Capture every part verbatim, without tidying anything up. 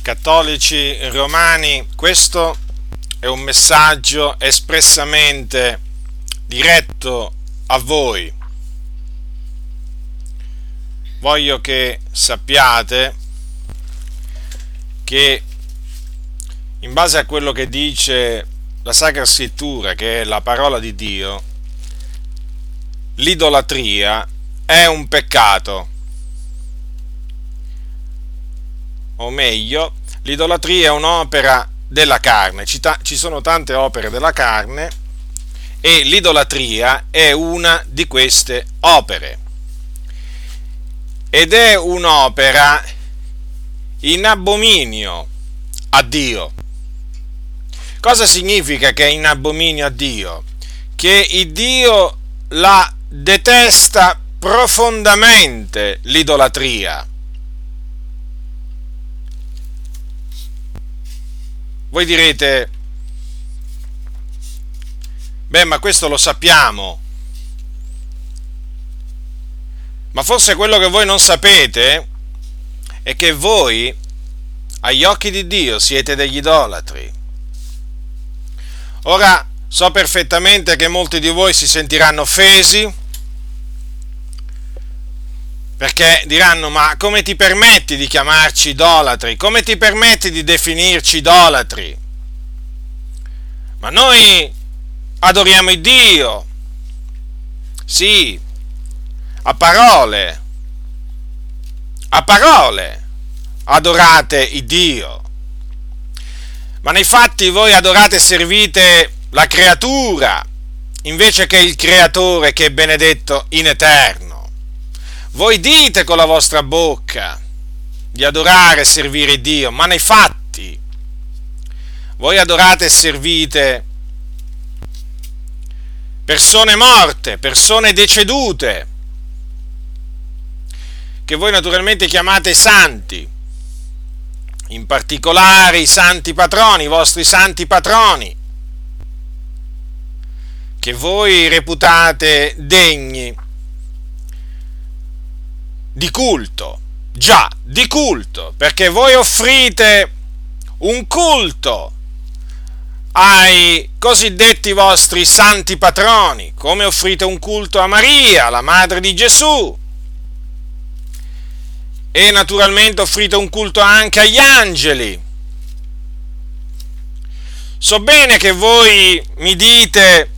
Cattolici romani, questo è un messaggio espressamente diretto a voi. Voglio che sappiate che in base a quello che dice la Sacra Scrittura, che è la parola di Dio, l'idolatria è un peccato. O meglio, l'idolatria è un'opera della carne. Ci, ta- ci sono tante opere della carne e l'idolatria è una di queste opere. Ed è un'opera in abominio a Dio. Cosa significa che è in abominio a Dio? Che il Dio la detesta profondamente, l'idolatria. Voi direte, beh, ma questo lo sappiamo. Ma forse quello che voi non sapete è che voi, agli occhi di Dio, siete degli idolatri. Ora, so perfettamente che molti di voi si sentiranno offesi, perché diranno, ma come ti permetti di chiamarci idolatri? Come ti permetti di definirci idolatri? Ma noi adoriamo il Dio. Sì, a parole, a parole adorate il Dio. Ma nei fatti voi adorate e servite la creatura, invece che il Creatore che è benedetto in eterno. Voi dite con la vostra bocca di adorare e servire Dio, ma nei fatti voi adorate e servite persone morte, persone decedute, che voi naturalmente chiamate santi, in particolare i santi patroni, i vostri santi patroni, che voi reputate degni di culto, già, di culto, perché voi offrite un culto ai cosiddetti vostri santi patroni, come offrite un culto a Maria, la madre di Gesù, e naturalmente offrite un culto anche agli angeli. So bene che voi mi dite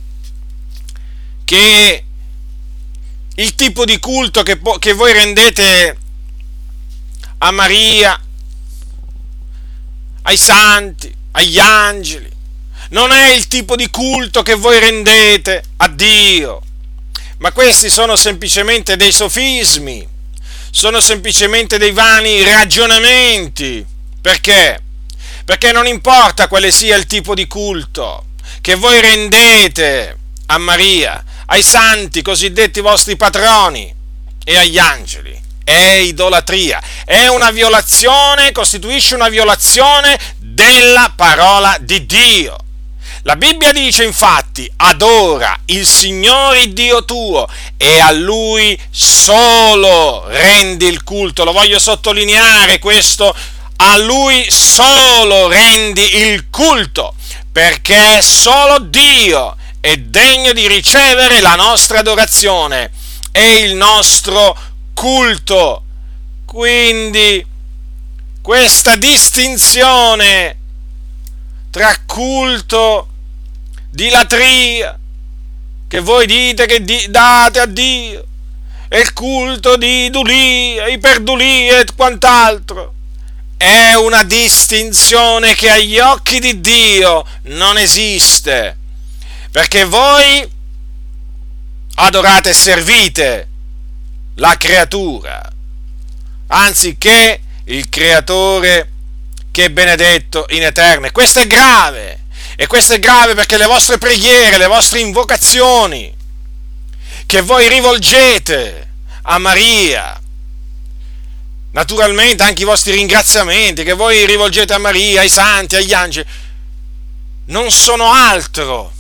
che il tipo di culto che, che voi rendete a Maria, ai santi, agli angeli, non è il tipo di culto che voi rendete a Dio, ma questi sono semplicemente dei sofismi, sono semplicemente dei vani ragionamenti. Perché? Perché non importa quale sia il tipo di culto che voi rendete a Maria, ai santi cosiddetti vostri patroni e agli angeli, è idolatria, è una violazione, costituisce una violazione della parola di Dio. La Bibbia dice infatti: adora il Signore Dio tuo e a Lui solo rendi il culto. Lo voglio sottolineare questo: a Lui solo rendi il culto, perché solo Dio è degno di ricevere la nostra adorazione e il nostro culto. Quindi questa distinzione tra culto di latria, che voi dite che di, date a Dio, e il culto di idulia, iperdulia e quant'altro, è una distinzione che agli occhi di Dio non esiste. Perché voi adorate e servite la creatura, anziché il Creatore che è benedetto in eterno. E questo è grave, e questo è grave perché le vostre preghiere, le vostre invocazioni che voi rivolgete a Maria, naturalmente anche i vostri ringraziamenti che voi rivolgete a Maria, ai santi, agli angeli, non sono altro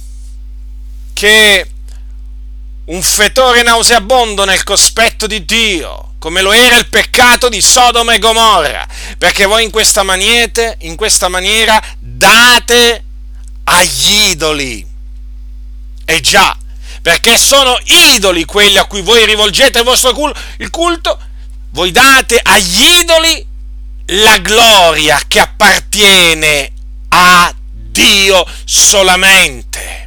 che un fetore nauseabondo nel cospetto di Dio, come lo era il peccato di Sodoma e Gomorra. Perché voi in questa maniera, in questa maniera date agli idoli. E già, perché sono idoli quelli a cui voi rivolgete il vostro culto, il culto, voi date agli idoli la gloria che appartiene a Dio solamente.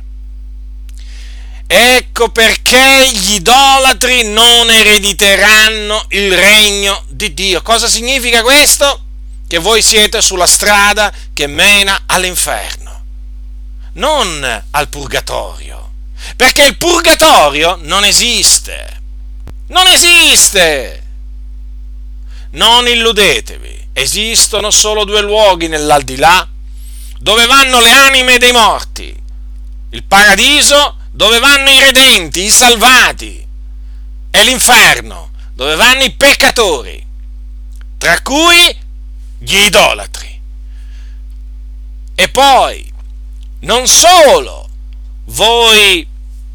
Ecco perché gli idolatri non erediteranno il regno di Dio. Cosa significa questo? Che voi siete sulla strada che mena all'inferno, non al purgatorio, perché il purgatorio non esiste, non esiste. Non illudetevi, esistono solo due luoghi nell'aldilà dove vanno le anime dei morti: il paradiso, dove vanno i redenti, i salvati, e l'inferno, dove vanno i peccatori, tra cui gli idolatri. E poi, non solo voi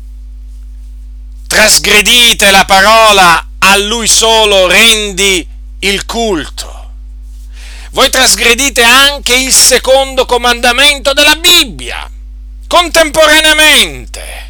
trasgredite la parola "a lui solo rendi il culto", voi trasgredite anche il secondo comandamento della Bibbia, contemporaneamente.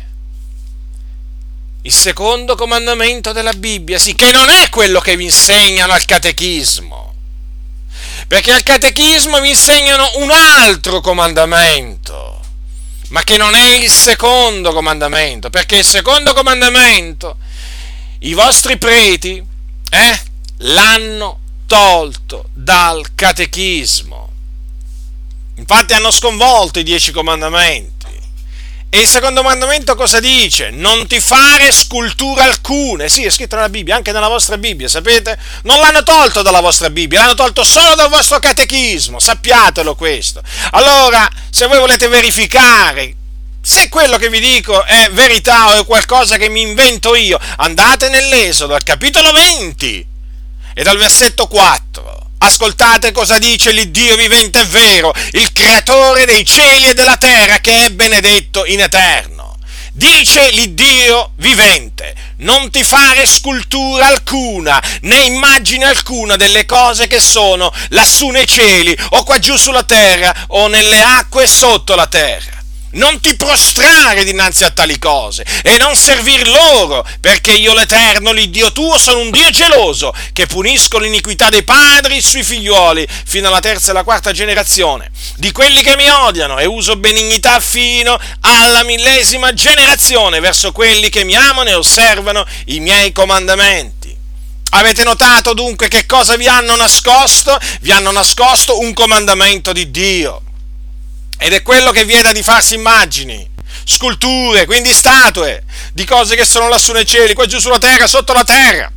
Il secondo comandamento della Bibbia, sì, che non è quello che vi insegnano al catechismo, perché al catechismo vi insegnano un altro comandamento, ma che non è il secondo comandamento, perché il secondo comandamento i vostri preti eh, l'hanno tolto dal catechismo. Infatti hanno sconvolto i dieci comandamenti. E il secondo comandamento cosa dice? Non ti fare scultura alcuna. Sì, è scritto nella Bibbia, anche nella vostra Bibbia, sapete? Non l'hanno tolto dalla vostra Bibbia, l'hanno tolto solo dal vostro catechismo, sappiatelo questo. Allora, se voi volete verificare se quello che vi dico è verità o è qualcosa che mi invento io, andate nell'Esodo, al capitolo venti, e dal versetto quattro. Ascoltate cosa dice l'Iddio vivente e vero, il creatore dei cieli e della terra, che è benedetto in eterno. Dice l'Iddio vivente: non ti fare scultura alcuna, né immagine alcuna delle cose che sono lassù nei cieli, o qua giù sulla terra, o nelle acque sotto la terra. Non ti prostrare dinanzi a tali cose e non servir loro, perché io l'Eterno, l'Iddio tuo, sono un Dio geloso, che punisco l'iniquità dei padri sui figliuoli fino alla terza e alla quarta generazione di quelli che mi odiano, e uso benignità fino alla millesima generazione verso quelli che mi amano e osservano i miei comandamenti. Avete notato dunque che cosa vi hanno nascosto? Vi hanno nascosto un comandamento di Dio. Ed è quello che vieta di farsi immagini, sculture, quindi statue, di cose che sono lassù nei cieli, qua giù sulla terra, sotto la terra.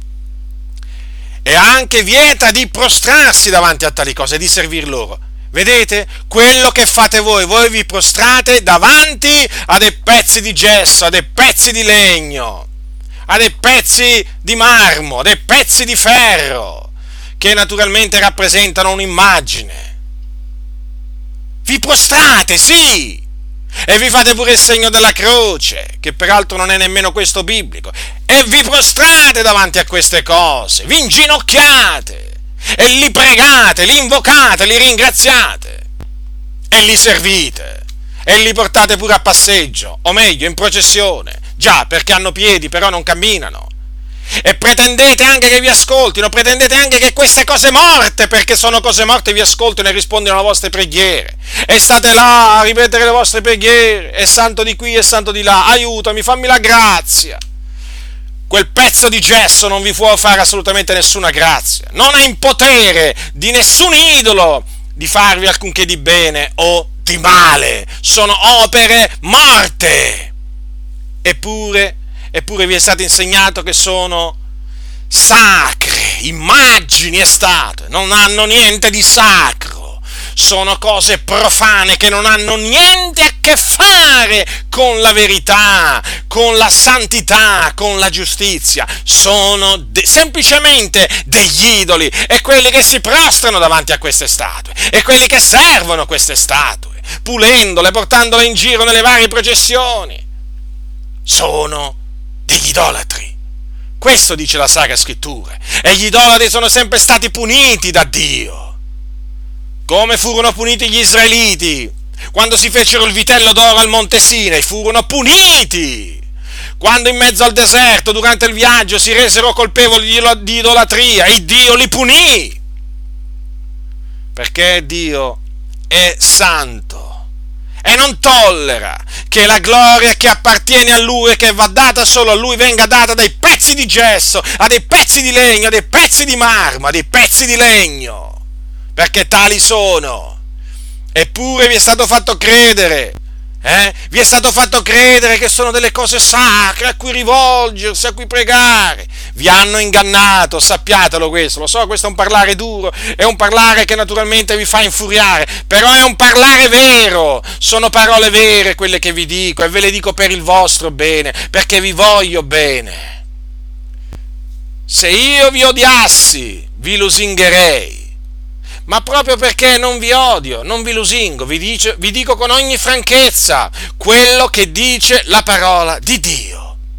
E anche vieta di prostrarsi davanti a tali cose, di servir loro. Vedete? Quello che fate voi, voi vi prostrate davanti a dei pezzi di gesso, a dei pezzi di legno, a dei pezzi di marmo, a dei pezzi di ferro, che naturalmente rappresentano un'immagine. Vi prostrate, sì, e vi fate pure il segno della croce, che peraltro non è nemmeno questo biblico, e vi prostrate davanti a queste cose, vi inginocchiate, e li pregate, li invocate, li ringraziate, e li servite, e li portate pure a passeggio, o meglio, in processione, già, perché hanno piedi, però non camminano. E pretendete anche che vi ascoltino, pretendete anche che queste cose morte, perché sono cose morte, vi ascoltino e rispondono alle vostre preghiere. E state là a ripetere le vostre preghiere, è santo di qui e santo di là, aiutami, fammi la grazia. Quel pezzo di gesso non vi può fare assolutamente nessuna grazia, non ha in potere di nessun idolo di farvi alcunché di bene o di male, sono opere morte. Eppure Eppure vi è stato insegnato che sono sacre, immagini e statue, non hanno niente di sacro, sono cose profane che non hanno niente a che fare con la verità, con la santità, con la giustizia, sono de- semplicemente degli idoli, e quelli che si prostrano davanti a queste statue, e quelli che servono queste statue, pulendole, portandole in giro nelle varie processioni, sono degli idolatri. Questo dice la Sacra Scrittura. E gli idolatri sono sempre stati puniti da Dio. Come furono puniti gli israeliti quando si fecero il vitello d'oro al Monte Sinai? Furono puniti. Quando in mezzo al deserto, durante il viaggio, si resero colpevoli di idolatria, il Dio li punì. Perché Dio è santo e non tollera che la gloria che appartiene a Lui e che va data solo a Lui venga data dai pezzi di gesso, a dei pezzi di legno, a dei pezzi di marmo, a dei pezzi di legno, perché tali sono. Eppure vi è stato fatto credere, eh? vi è stato fatto credere che sono delle cose sacre a cui rivolgersi, a cui pregare. Vi hanno ingannato, sappiatelo questo. Lo so, questo è un parlare duro, è un parlare che naturalmente vi fa infuriare, però è un parlare vero. Sono parole vere quelle che vi dico, e ve le dico per il vostro bene, perché vi voglio bene. Se io vi odiassi, vi lusingherei. Ma proprio perché non vi odio, non vi lusingo, vi, dice, vi dico con ogni franchezza quello che dice la parola di Dio.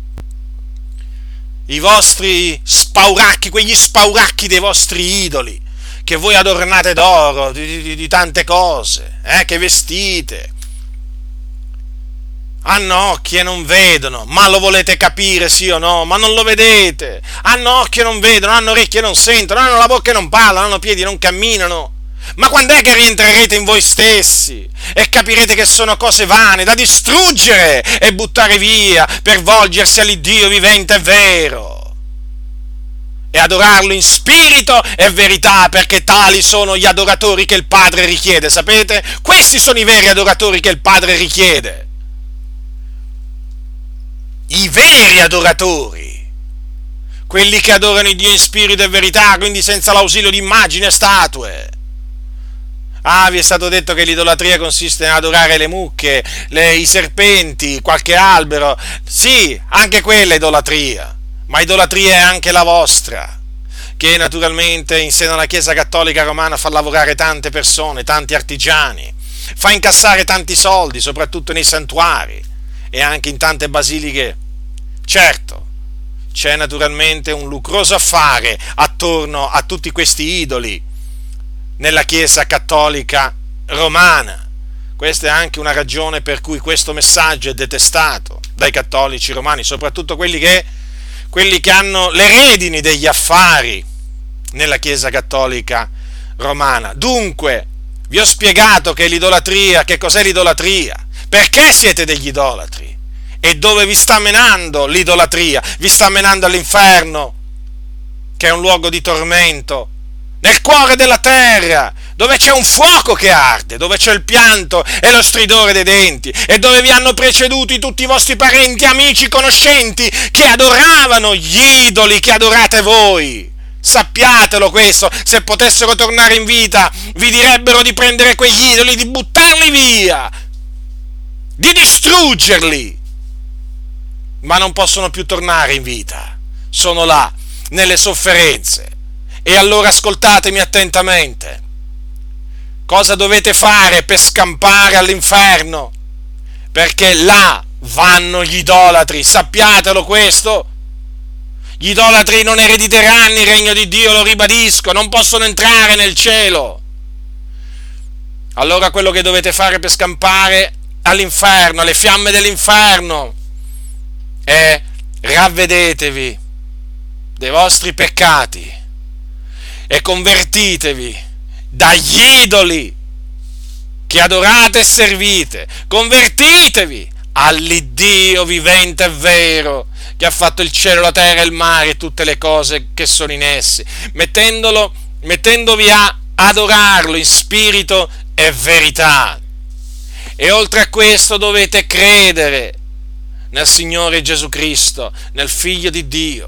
I vostri spauracchi, quegli spauracchi dei vostri idoli, che voi adornate d'oro, di, di, di tante cose, eh, che vestite, hanno occhi e non vedono, ma lo volete capire sì o no? Ma non lo vedete. Hanno occhi e non vedono, hanno orecchie e non sentono, hanno la bocca e non parlano, hanno piedi e non camminano. Ma quando è che rientrerete in voi stessi e capirete che sono cose vane da distruggere e buttare via per volgersi all'Iddio vivente e vero e adorarlo in spirito e verità, perché tali sono gli adoratori che il Padre richiede, sapete? Questi sono i veri adoratori che il Padre richiede. I veri adoratori, quelli che adorano il Dio in spirito e verità, quindi senza l'ausilio di immagini e statue. Ah, vi è stato detto che l'idolatria consiste in adorare le mucche, le, i serpenti, qualche albero. Sì, anche quella è idolatria, ma idolatria è anche la vostra, che naturalmente in seno alla Chiesa Cattolica Romana fa lavorare tante persone, tanti artigiani, fa incassare tanti soldi, soprattutto nei santuari e anche in tante basiliche. Certo, c'è naturalmente un lucroso affare attorno a tutti questi idoli nella Chiesa Cattolica Romana. Questa è anche una ragione per cui questo messaggio è detestato dai cattolici romani, soprattutto quelli che, quelli che hanno le redini degli affari nella Chiesa Cattolica Romana. Dunque, vi ho spiegato che l'idolatria, che cos'è l'idolatria, perché siete degli idolatri e dove vi sta menando l'idolatria. Vi sta menando all'inferno, che è un luogo di tormento, nel cuore della terra, dove c'è un fuoco che arde, dove c'è il pianto e lo stridore dei denti, e dove vi hanno preceduti tutti i vostri parenti, amici, conoscenti, che adoravano gli idoli che adorate voi. Sappiatelo questo. Se potessero tornare in vita, vi direbbero di prendere quegli idoli, di buttarli via, di distruggerli, ma non possono più tornare in vita, sono là, nelle sofferenze. E allora ascoltatemi attentamente. Cosa dovete fare per scampare all'inferno? Perché là vanno gli idolatri, sappiatelo questo. Gli idolatri non erediteranno il regno di Dio, lo ribadisco, non possono entrare nel cielo. Allora quello che dovete fare per scampare all'inferno, alle fiamme dell'inferno, è ravvedetevi dei vostri peccati e convertitevi dagli idoli che adorate e servite. Convertitevi all'Iddio vivente e vero, che ha fatto il cielo, la terra, il mare e tutte le cose che sono in essi, mettendolo, mettendovi a adorarlo in spirito e verità. E oltre a questo dovete credere nel Signore Gesù Cristo, nel Figlio di Dio.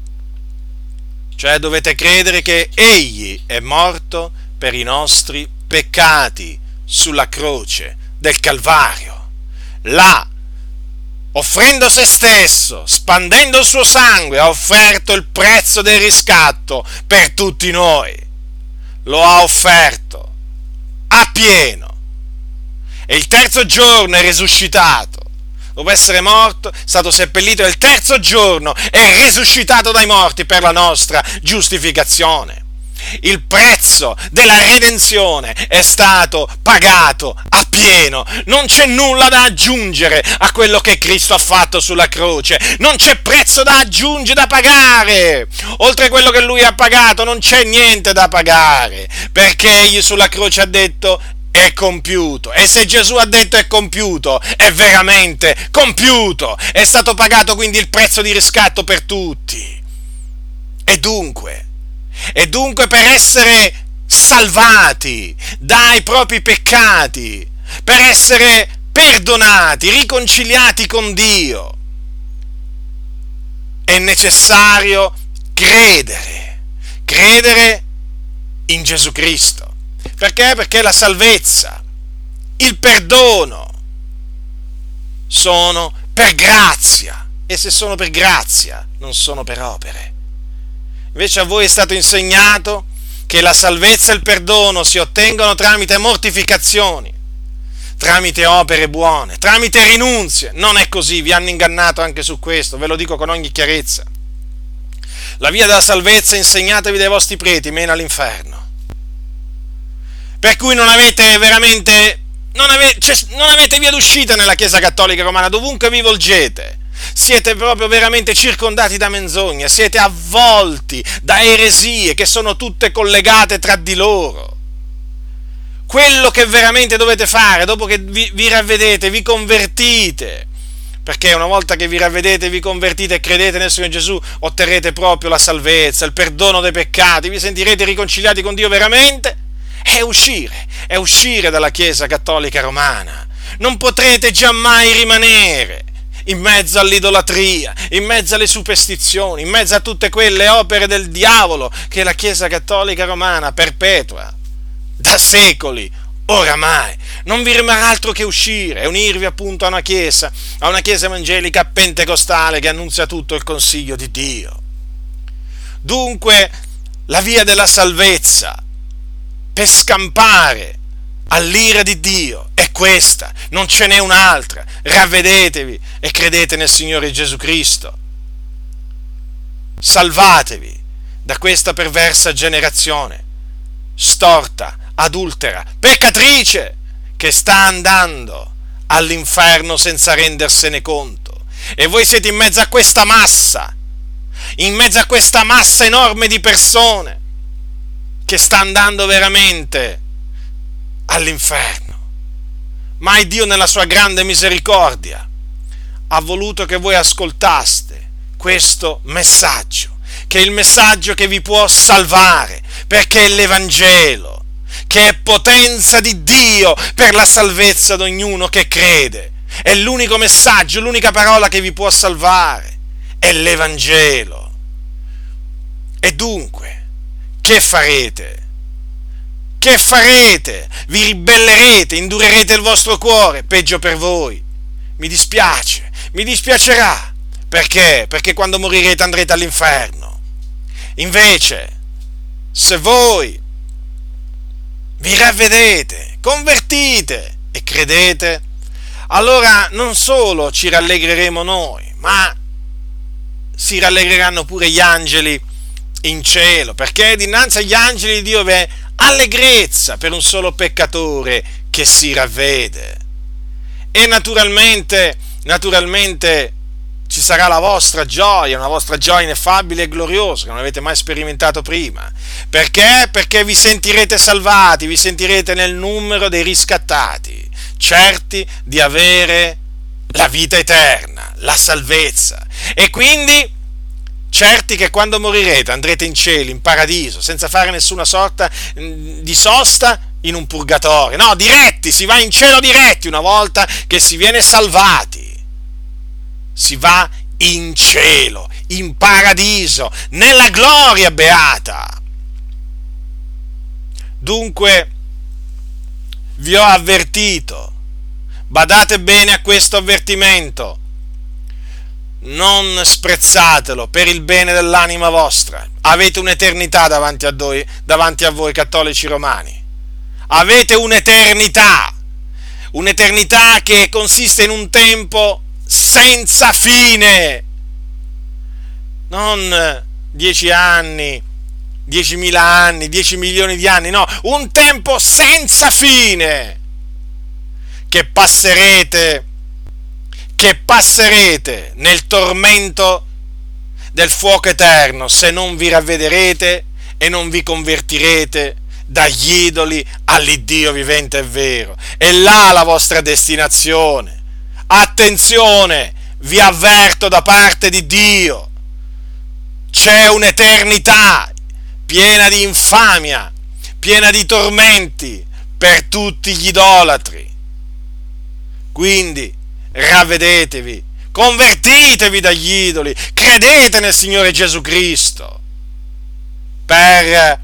Cioè dovete credere che Egli è morto per i nostri peccati sulla croce del Calvario. Là, offrendo se stesso, spandendo il suo sangue, ha offerto il prezzo del riscatto per tutti noi. Lo ha offerto a pieno. E il terzo giorno è risuscitato. Dopo essere morto, è stato seppellito, e il terzo giorno è risuscitato dai morti per la nostra giustificazione. Il prezzo della redenzione è stato pagato appieno. Non c'è nulla da aggiungere a quello che Cristo ha fatto sulla croce. Non c'è prezzo da aggiungere, da pagare. Oltre a quello che Lui ha pagato non c'è niente da pagare, perché Egli sulla croce ha detto: è compiuto. E se Gesù ha detto è compiuto, è veramente compiuto. È stato pagato quindi il prezzo di riscatto per tutti. E dunque, e dunque per essere salvati dai propri peccati, per essere perdonati, riconciliati con Dio, è necessario credere, credere in Gesù Cristo. Perché? Perché la salvezza, il perdono sono per grazia, e se sono per grazia non sono per opere. Invece a voi è stato insegnato che la salvezza e il perdono si ottengono tramite mortificazioni, tramite opere buone, tramite rinunzie. Non è così, vi hanno ingannato anche su questo, ve lo dico con ogni chiarezza. La via della salvezza, insegnatevi dai vostri preti, mena all'inferno. Per cui non avete veramente, non avete, cioè, non avete via d'uscita nella Chiesa Cattolica Romana, dovunque vi volgete. Siete proprio veramente circondati da menzogne, siete avvolti da eresie che sono tutte collegate tra di loro. Quello che veramente dovete fare, dopo che vi, vi ravvedete, vi convertite, perché una volta che vi ravvedete, vi convertite e credete nel Signore Gesù, otterrete proprio la salvezza, il perdono dei peccati, vi sentirete riconciliati con Dio veramente, è uscire, è uscire dalla Chiesa Cattolica Romana. Non potrete giammai rimanere in mezzo all'idolatria, in mezzo alle superstizioni, in mezzo a tutte quelle opere del diavolo che la Chiesa Cattolica Romana perpetua da secoli oramai. Non vi rimarrà altro che uscire e unirvi appunto a una Chiesa, a una Chiesa evangelica pentecostale che annunzia tutto il consiglio di Dio. Dunque, la via della salvezza per scampare all'ira di Dio è questa, non ce n'è un'altra. Ravvedetevi e credete nel Signore Gesù Cristo. Salvatevi da questa perversa generazione, storta, adultera, peccatrice, che sta andando all'inferno senza rendersene conto. E voi siete in mezzo a questa massa, in mezzo a questa massa enorme di persone che sta andando veramente all'inferno. Ma Dio, nella sua grande misericordia, ha voluto che voi ascoltaste questo messaggio, che è il messaggio che vi può salvare, perché è l'Evangelo, che è potenza di Dio per la salvezza di ognuno che crede. È l'unico messaggio, l'unica parola che vi può salvare, è l'Evangelo. E dunque, che farete? Che farete? Vi ribellerete, indurerete il vostro cuore, peggio per voi. Mi dispiace, mi dispiacerà. Perché? Perché quando morirete andrete all'inferno. Invece, se voi vi ravvedete, convertite e credete, allora non solo ci rallegreremo noi, ma si rallegreranno pure gli angeli in cielo, perché dinanzi agli angeli di Dio v'è allegrezza per un solo peccatore che si ravvede. E naturalmente, naturalmente ci sarà la vostra gioia, una vostra gioia ineffabile e gloriosa che non avete mai sperimentato prima. Perché? Perché vi sentirete salvati, vi sentirete nel numero dei riscattati, certi di avere la vita eterna, la salvezza. E quindi certi che quando morirete andrete in cielo, in paradiso, senza fare nessuna sorta di sosta in un purgatorio. No, diretti, si va in cielo diretti una volta che si viene salvati. Si va in cielo, in paradiso, nella gloria beata. Dunque, vi ho avvertito, badate bene a questo avvertimento, non sprezzatelo per il bene dell'anima vostra. Avete un'eternità davanti a voi, davanti a voi cattolici romani. Avete un'eternità, un'eternità che consiste in un tempo senza fine, non dieci anni diecimila anni, dieci milioni di anni, no, un tempo senza fine, che passerete, che passerete nel tormento del fuoco eterno se non vi ravvederete e non vi convertirete dagli idoli all'Iddio vivente e vero. È là la vostra destinazione. Attenzione, vi avverto da parte di Dio, c'è un'eternità piena di infamia, piena di tormenti per tutti gli idolatri. Quindi ravvedetevi, convertitevi dagli idoli, credete nel Signore Gesù Cristo per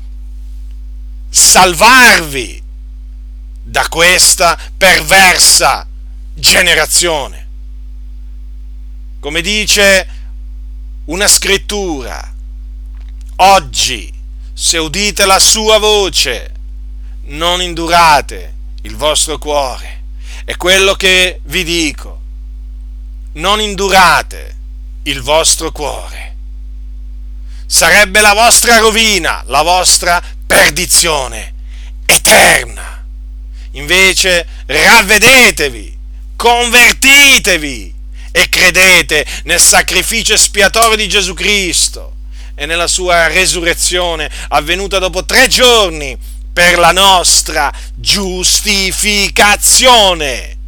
salvarvi da questa perversa generazione. Come dice una scrittura, oggi, se udite la sua voce, non indurate il vostro cuore. È quello che vi dico, non indurate il vostro cuore. Sarebbe la vostra rovina, la vostra perdizione eterna. Invece ravvedetevi, convertitevi e credete nel sacrificio espiatorio di Gesù Cristo e nella sua resurrezione avvenuta dopo tre giorni per la nostra giustificazione.